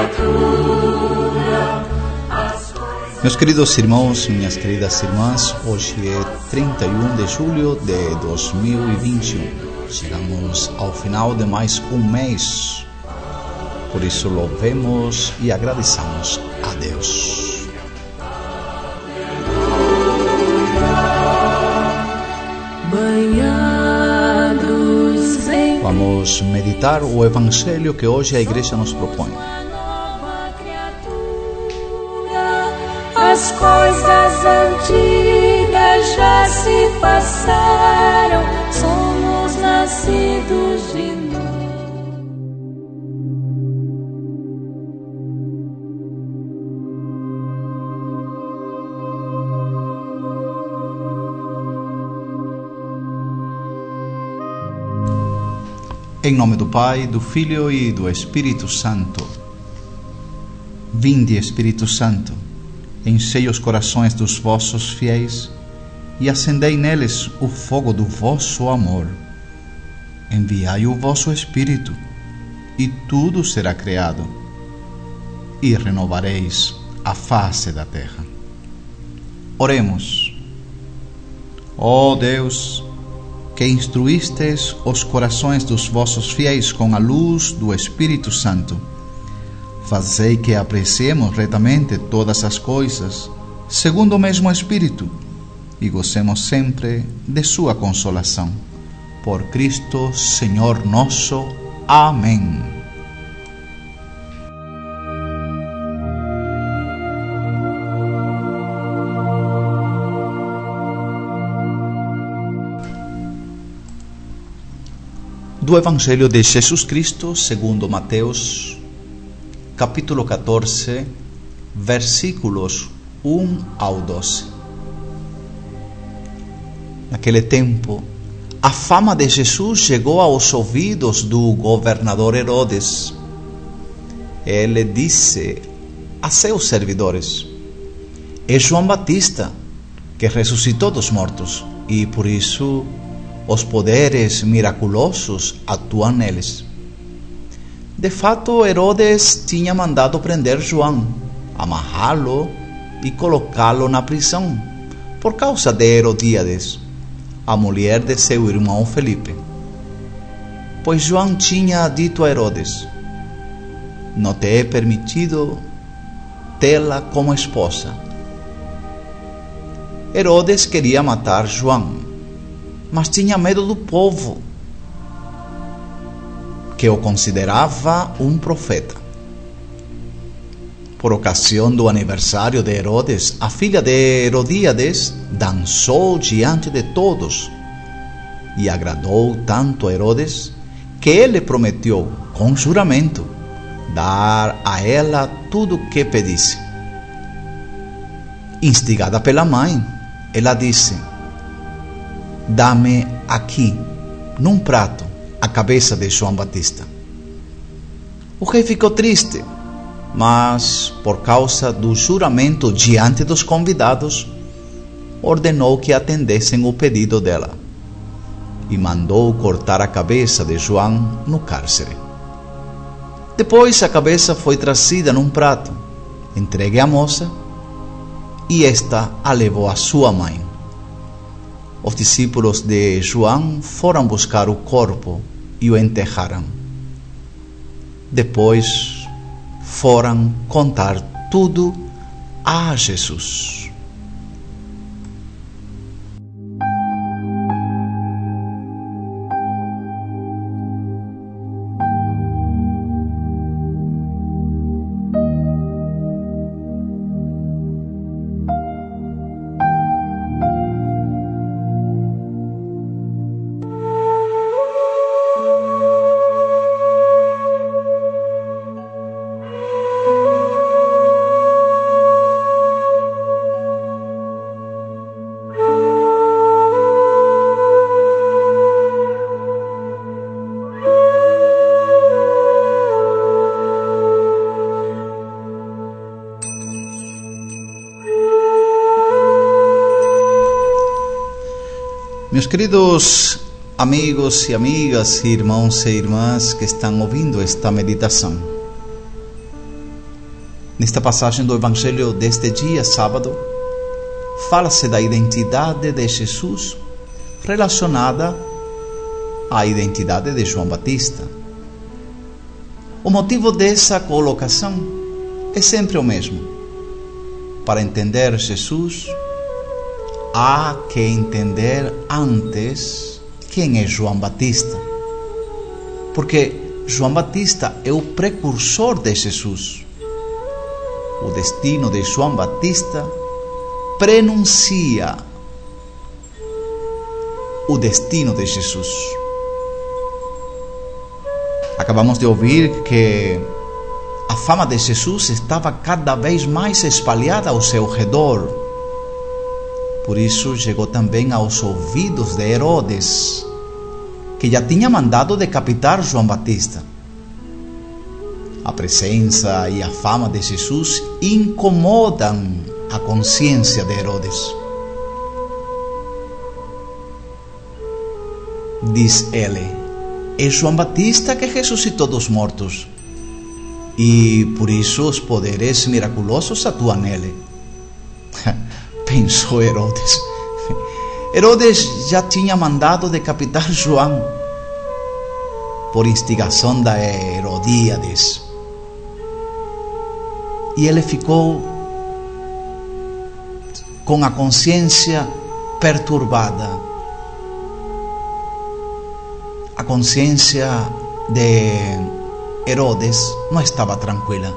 Meus queridos irmãos e minhas queridas irmãs, hoje é 31 de julho de 2021. Chegamos ao final de mais um mês. Por isso louvemos e agradeçamos a Deus. Vamos meditar o Evangelho que hoje a Igreja nos propõe. As coisas antigas já se passaram, somos nascidos de novo. Em nome do Pai, do Filho e do Espírito Santo. Vinde, Espírito Santo, enchei os corações dos vossos fiéis e acendei neles o fogo do vosso amor. Enviai o vosso Espírito, e tudo será criado, e renovareis a face da terra. Oremos. Ó Deus, que instruístes os corações dos vossos fiéis com a luz do Espírito Santo, fazei que apreciemos retamente todas as coisas, segundo o mesmo Espírito, e gozemos sempre de sua consolação. Por Cristo, Senhor nosso. Amém. Do Evangelho de Jesus Cristo, segundo Mateus, capítulo 14, versículos 1 ao 12. Naquele tempo, a fama de Jesus chegou aos ouvidos do governador Herodes. Ele disse a seus servidores: é João Batista, que ressuscitou dos mortos, e por isso os poderes miraculosos atuam neles. De fato, Herodes tinha mandado prender João, amarrá-lo e colocá-lo na prisão, por causa de Herodíades, a mulher de seu irmão Felipe. Pois João tinha dito a Herodes: não te é permitido tê-la como esposa. Herodes queria matar João, mas tinha medo do povo, que o considerava um profeta. Por ocasião do aniversário de Herodes, a filha de Herodíades dançou diante de todos e agradou tanto a Herodes que ele prometeu, com juramento, dar a ela tudo o que pedisse. Instigada pela mãe, ela disse: dá-me aqui, num prato, a cabeça de João Batista. O rei ficou triste, mas, por causa do juramento diante dos convidados, ordenou que atendessem o pedido dela e mandou cortar a cabeça de João no cárcere. Depois a cabeça foi trazida num prato, entregue à moça, e esta a levou à sua mãe. Os discípulos de João foram buscar o corpo e o enterraram. Depois foram contar tudo a Jesus. Meus queridos amigos e amigas, irmãos e irmãs que estão ouvindo esta meditação, Nesta passagem do Evangelho deste dia, sábado, fala-se da identidade de Jesus relacionada à identidade de João Batista. O motivo dessa colocação é sempre o mesmo. Para entender Jesus, há que entender antes quem é João Batista. Porque João Batista é o precursor de Jesus. O destino de João Batista prenuncia o destino de Jesus. Acabamos de ouvir que a fama de Jesus estava cada vez mais espalhada ao seu redor. Por isso chegou também aos ouvidos de Herodes, que já tinha mandado decapitar João Batista. A presença e a fama de Jesus incomodam a consciência de Herodes. Diz ele: é João Batista que ressuscitou dos mortos, e por isso os poderes miraculosos atuam nele. Pensou Herodes. Herodes já tinha mandado decapitar João por instigação da Herodíades. E ele ficou com a consciência perturbada. A consciência de Herodes não estava tranquila.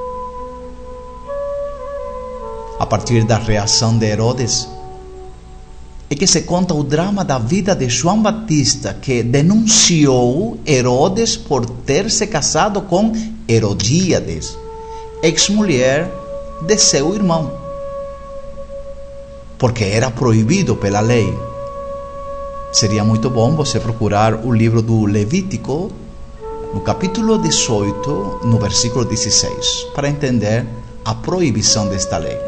A partir da reação de Herodes é que se conta o drama da vida de João Batista, que denunciou Herodes por ter se casado com Herodíades, ex-mulher de seu irmão, porque era proibido pela lei. Seria muito bom você procurar o livro do Levítico, no capítulo 18, no versículo 16, para entender a proibição desta lei.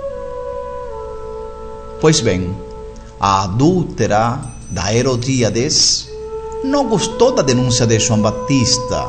Pois bem, a adúltera da Herodíades não gostou da denúncia de João Batista.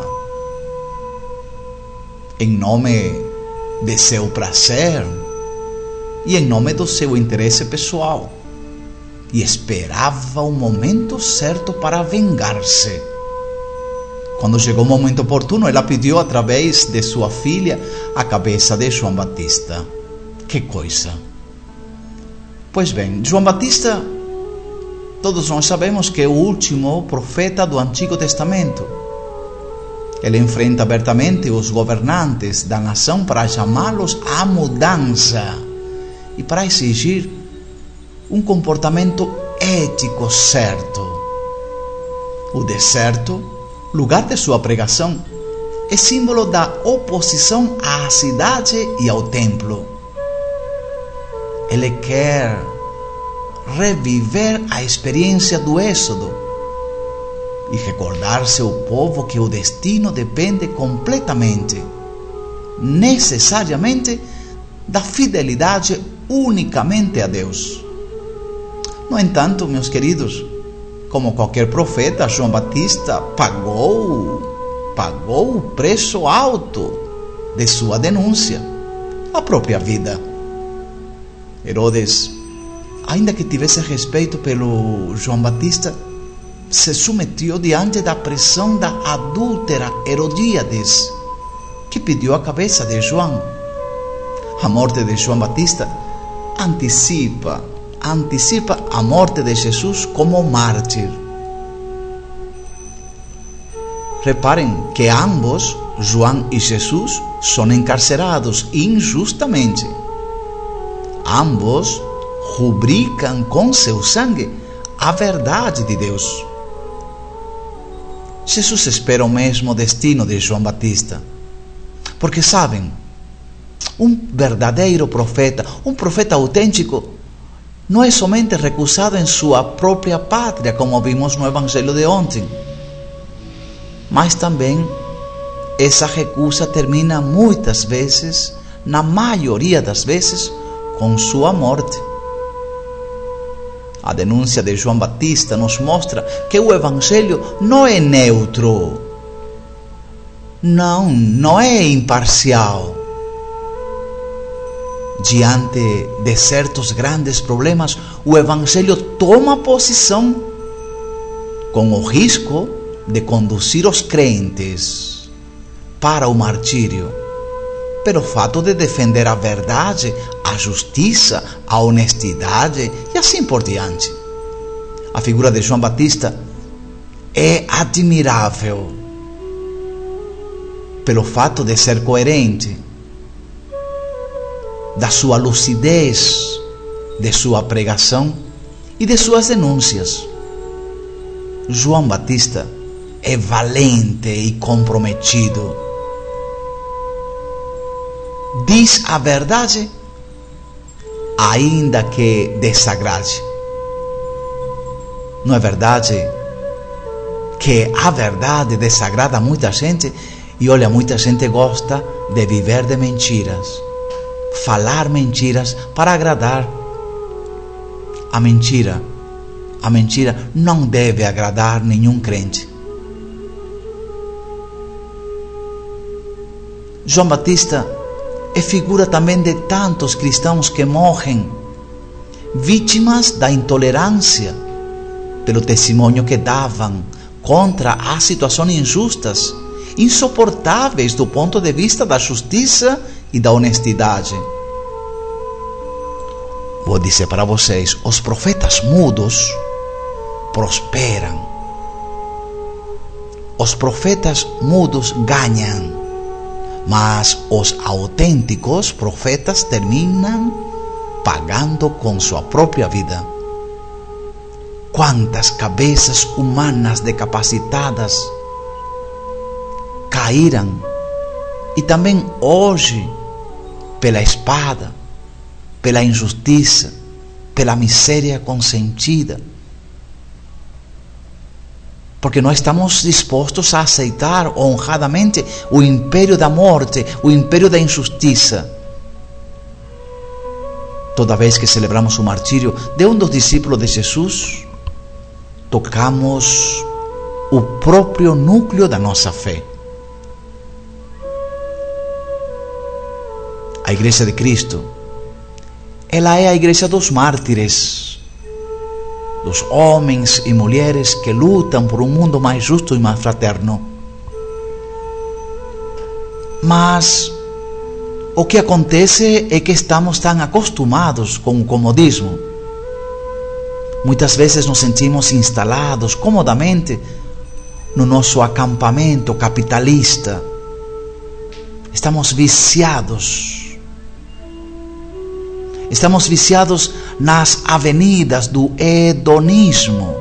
Em nome de seu prazer e em nome do seu interesse pessoal, e esperava o momento certo para vingar-se. Quando chegou o momento oportuno, ela pediu através de sua filha a cabeça de João Batista. Que coisa! Pois bem, João Batista, todos nós sabemos que é o último profeta do Antigo Testamento. Ele enfrenta abertamente os governantes da nação para chamá-los à mudança e para exigir um comportamento ético certo. O deserto, lugar de sua pregação, é símbolo da oposição à cidade e ao templo. Ele quer reviver a experiência do Êxodo e recordar seu povo que o destino depende completamente, necessariamente, da fidelidade unicamente a Deus. No entanto, meus queridos, como qualquer profeta, João Batista pagou o preço alto de sua denúncia, a própria vida. Herodes, ainda que tivesse respeito pelo João Batista, se submeteu diante da pressão da adúltera Herodíades, que pediu a cabeça de João. A morte de João Batista antecipa a morte de Jesus como mártir. Reparem que ambos, João e Jesus, são encarcerados injustamente. Ambos rubricam com seu sangue a verdade de Deus. Jesus espera o mesmo destino de João Batista, porque sabem, um verdadeiro profeta, um profeta autêntico, não é somente recusado em sua própria pátria, como vimos no Evangelho de ontem, mas também essa recusa termina muitas vezes, na maioria das vezes, com sua morte. A denúncia de João Batista nos mostra que o Evangelho não é neutro, não é imparcial. diante de certos grandes problemas, o Evangelho toma posição com o risco de conduzir os crentes para o martírio, pelo fato de defender a verdade, a justiça, a honestidade e assim por diante. A figura de João Batista é admirável pelo fato de ser coerente, da sua lucidez, de sua pregação e de suas denúncias. João Batista é valente e comprometido. Diz a verdade, ainda que desagrade. Não é verdade que a verdade desagrada a muita gente? E olha, muita gente gosta de viver de mentiras, falar mentiras para agradar. A mentira não deve agradar nenhum crente. João Batista é figura também de tantos cristãos que morrem vítimas da intolerância pelo testemunho que davam contra as situações injustas, insuportáveis do ponto de vista da justiça e da honestidade. Vou dizer para vocês, os profetas mudos prosperam. Os profetas mudos ganham, mas os autênticos profetas terminam pagando com sua própria vida. Quantas cabeças humanas decapacitadas caíram, e também hoje, pela espada, pela injustiça, pela miséria consentida, porque nós estamos dispostos a aceitar honradamente o império da morte, o império da injustiça. Toda vez que celebramos o martírio de um dos discípulos de Jesus, tocamos o próprio núcleo da nossa fé. A Igreja de Cristo, ela é a Igreja dos mártires, dos homens e mulheres que lutam por um mundo mais justo e mais fraterno. Mas o que acontece é que estamos tão acostumados com o comodismo. Muitas vezes nos sentimos instalados comodamente no nosso acampamento capitalista. Estamos viciados. Estamos viciados nas avenidas do hedonismo.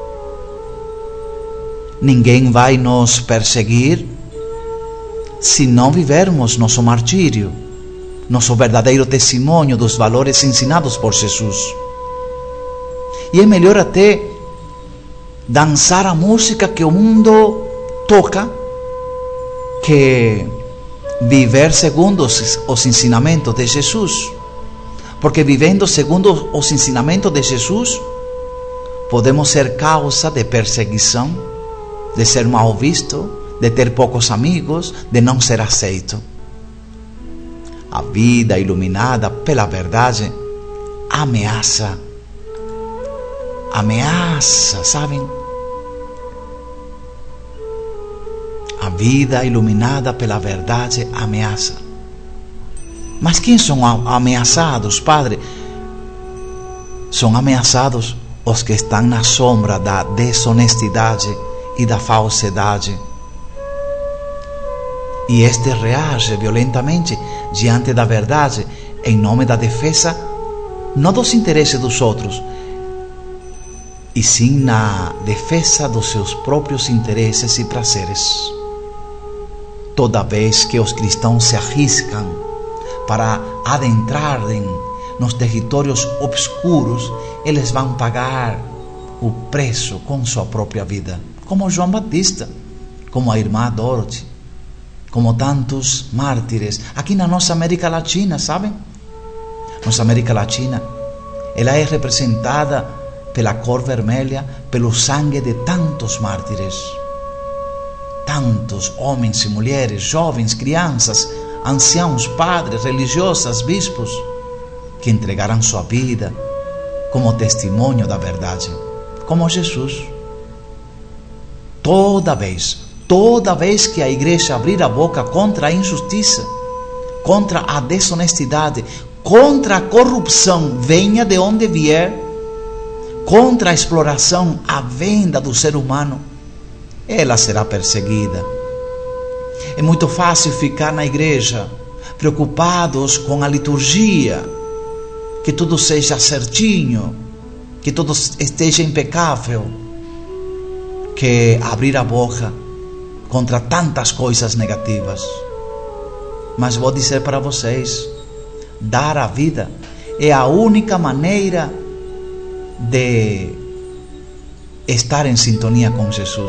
Ninguém vai nos perseguir se não vivermos nosso martírio, nosso verdadeiro testemunho dos valores ensinados por Jesus. E é melhor até dançar a música que o mundo toca que viver segundo os ensinamentos de Jesus. Porque vivendo segundo os ensinamentos de Jesus, podemos ser causa de perseguição, de ser mal visto, de ter poucos amigos, de não ser aceito. A vida iluminada pela verdade ameaça, sabem? A vida iluminada pela verdade ameaça. Mas quem são ameaçados, Padre? São ameaçados os que estão na sombra da desonestidade e da falsidade. E este reage violentamente diante da verdade em nome da defesa, não dos interesses dos outros, e sim na defesa dos seus próprios interesses e prazeres. Toda vez que os cristãos se arriscam para adentrarem nos territórios obscuros, eles vão pagar o preço com sua própria vida, como João Batista, como a irmã Dorothy, como tantos mártires aqui na nossa América Latina, sabem? Nossa América Latina, ela é representada pela cor vermelha, pelo sangue de tantos mártires, tantos homens e mulheres, jovens, crianças, anciãos, padres, religiosas, bispos, que entregaram sua vida como testemunho da verdade, como Jesus. Toda vez que a igreja abrir a boca contra a injustiça, contra a desonestidade, contra a corrupção, venha de onde vier, contra a exploração, a venda do ser humano, ela será perseguida. É muito fácil ficar na igreja preocupados com a liturgia, que tudo seja certinho, que tudo esteja impecável, que abrir a boca contra tantas coisas negativas. Mas vou dizer para vocês, dar a vida é a única maneira de estar em sintonia com Jesus.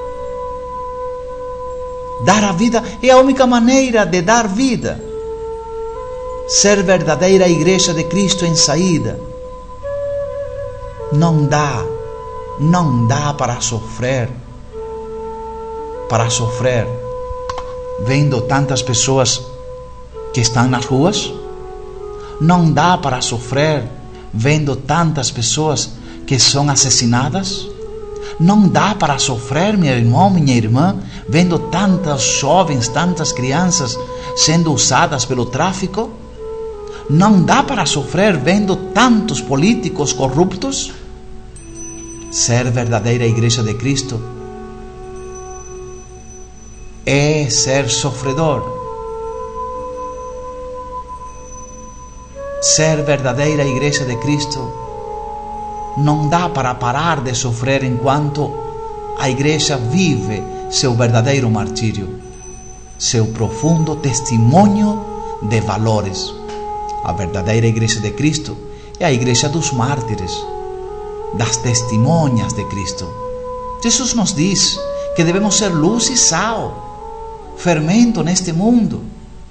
Dar a vida é a única maneira de dar vida. Ser verdadeira igreja de Cristo em saída. Não dá para sofrer vendo tantas pessoas que estão nas ruas. Não dá para sofrer vendo tantas pessoas que são assassinadas. Não dá para sofrer, meu irmão, minha irmã, vendo tantos jovens, tantas crianças sendo usadas pelo tráfico. Não dá para sofrer vendo tantos políticos corruptos. Ser verdadeira igreja de Cristo é ser sofredor. Ser verdadeira igreja de Cristo não dá para parar de sofrer enquanto a igreja vive seu verdadeiro martírio, seu profundo testemunho de valores. A verdadeira igreja de Cristo é a igreja dos mártires, das testemunhas de Cristo. Jesus nos diz que devemos ser luz e sal, fermento neste mundo.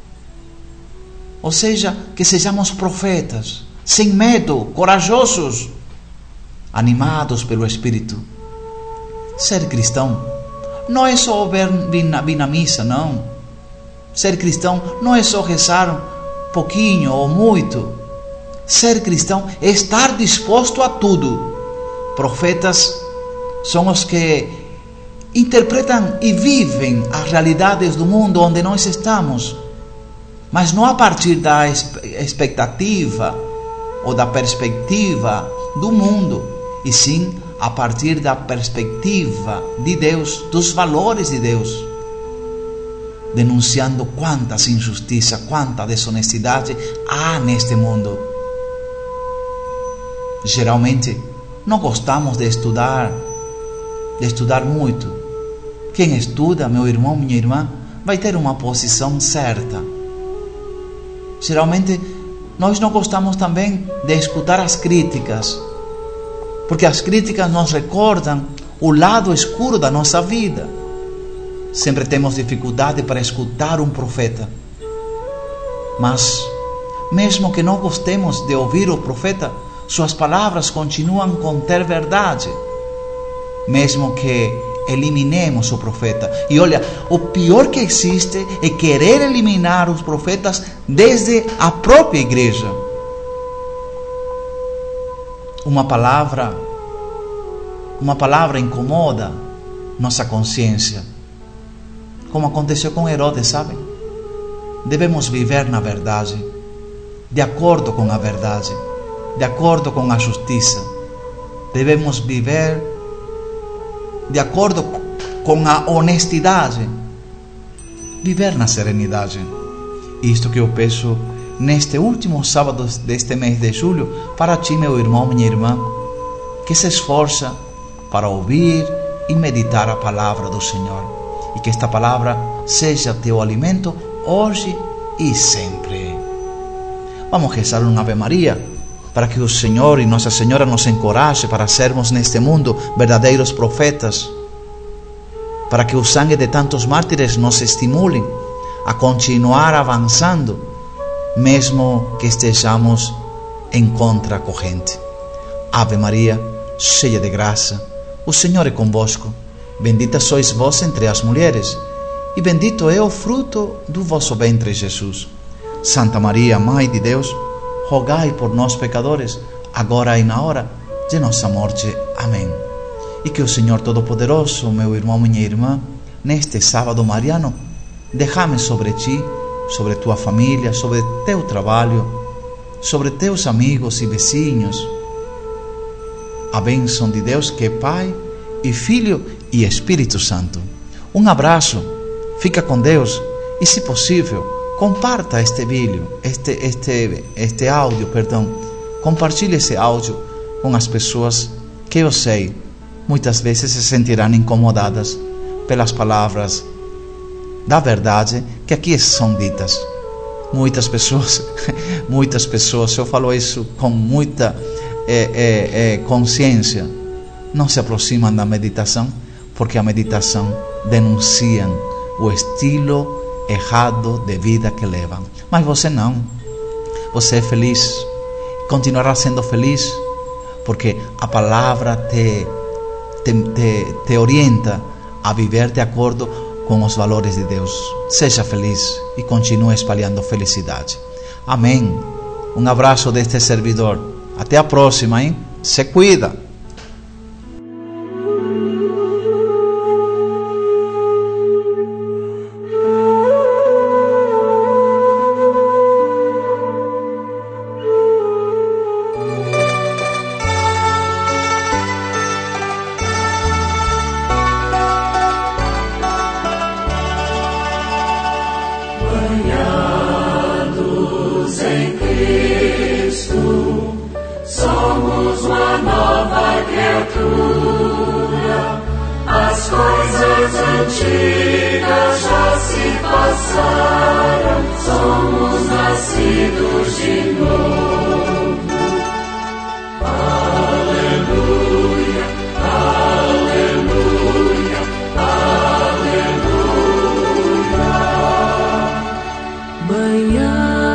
Ou seja, que sejamos profetas, sem medo, corajosos, animados pelo Espírito. Ser cristão não é só vir na missa, não. Ser cristão não é só rezar pouquinho ou muito. Ser cristão é estar disposto a tudo. Profetas são os que interpretam e vivem as realidades do mundo onde nós estamos, mas não a partir da expectativa ou da perspectiva do mundo, e sim a partir da perspectiva de Deus, dos valores de Deus, denunciando quantas injustiças, quanta desonestidade há neste mundo. Geralmente não gostamos de estudar muito. Quem estuda, meu irmão, minha irmã, vai ter uma posição certa. Geralmente nós não gostamos também de escutar as críticas, porque as críticas nos recordam o lado escuro da nossa vida. Sempre temos dificuldade para escutar um profeta. Mas, mesmo que não gostemos de ouvir o profeta, suas palavras continuam a conter verdade. Mesmo que eliminemos o profeta. E olha, o pior que existe é querer eliminar os profetas desde a própria igreja. Uma palavra incomoda nossa consciência, como aconteceu com Herodes, sabe? Devemos viver na verdade, de acordo com a verdade, de acordo com a justiça. Devemos viver de acordo com a honestidade, viver na serenidade. Isto que eu peço neste último sábado deste mês de julho para ti, meu irmão, minha irmã, que se esforça para ouvir e meditar a palavra do Senhor, e que esta palavra seja teu alimento hoje e sempre. Vamos rezar uma Ave Maria para que o Senhor e Nossa Senhora nos encoraje para sermos neste mundo verdadeiros profetas, para que o sangue de tantos mártires nos estimule a continuar avançando, mesmo que estejamos em contracorrente. Ave Maria, cheia de graça, o Senhor é convosco. Bendita sois vós entre as mulheres, e bendito é o fruto do vosso ventre, Jesus. Santa Maria, Mãe de Deus, rogai por nós pecadores, agora e na hora de nossa morte. Amém. E que o Senhor Todo-Poderoso, meu irmão, minha irmã, neste sábado mariano, derrame sobre ti, sobre tua família, sobre teu trabalho, sobre teus amigos e vizinhos, a bênção de Deus, que é Pai e Filho e Espírito Santo. Um abraço, fica com Deus e, se possível, comparta este vídeo, este áudio, compartilhe esse áudio com as pessoas que eu sei muitas vezes se sentirão incomodadas pelas palavras da verdade que aqui são ditas. Muitas pessoas, eu falo isso com muita consciência, não se aproximam da meditação, porque a meditação denuncia o estilo errado de vida que levam. Mas você não, você é feliz, continuará sendo feliz, porque a palavra te orienta a viver de acordo com os valores de Deus. Seja feliz e continue espalhando felicidade. Amém. Um abraço deste servidor. Até a próxima, hein? Se cuida. Banhados em Cristo.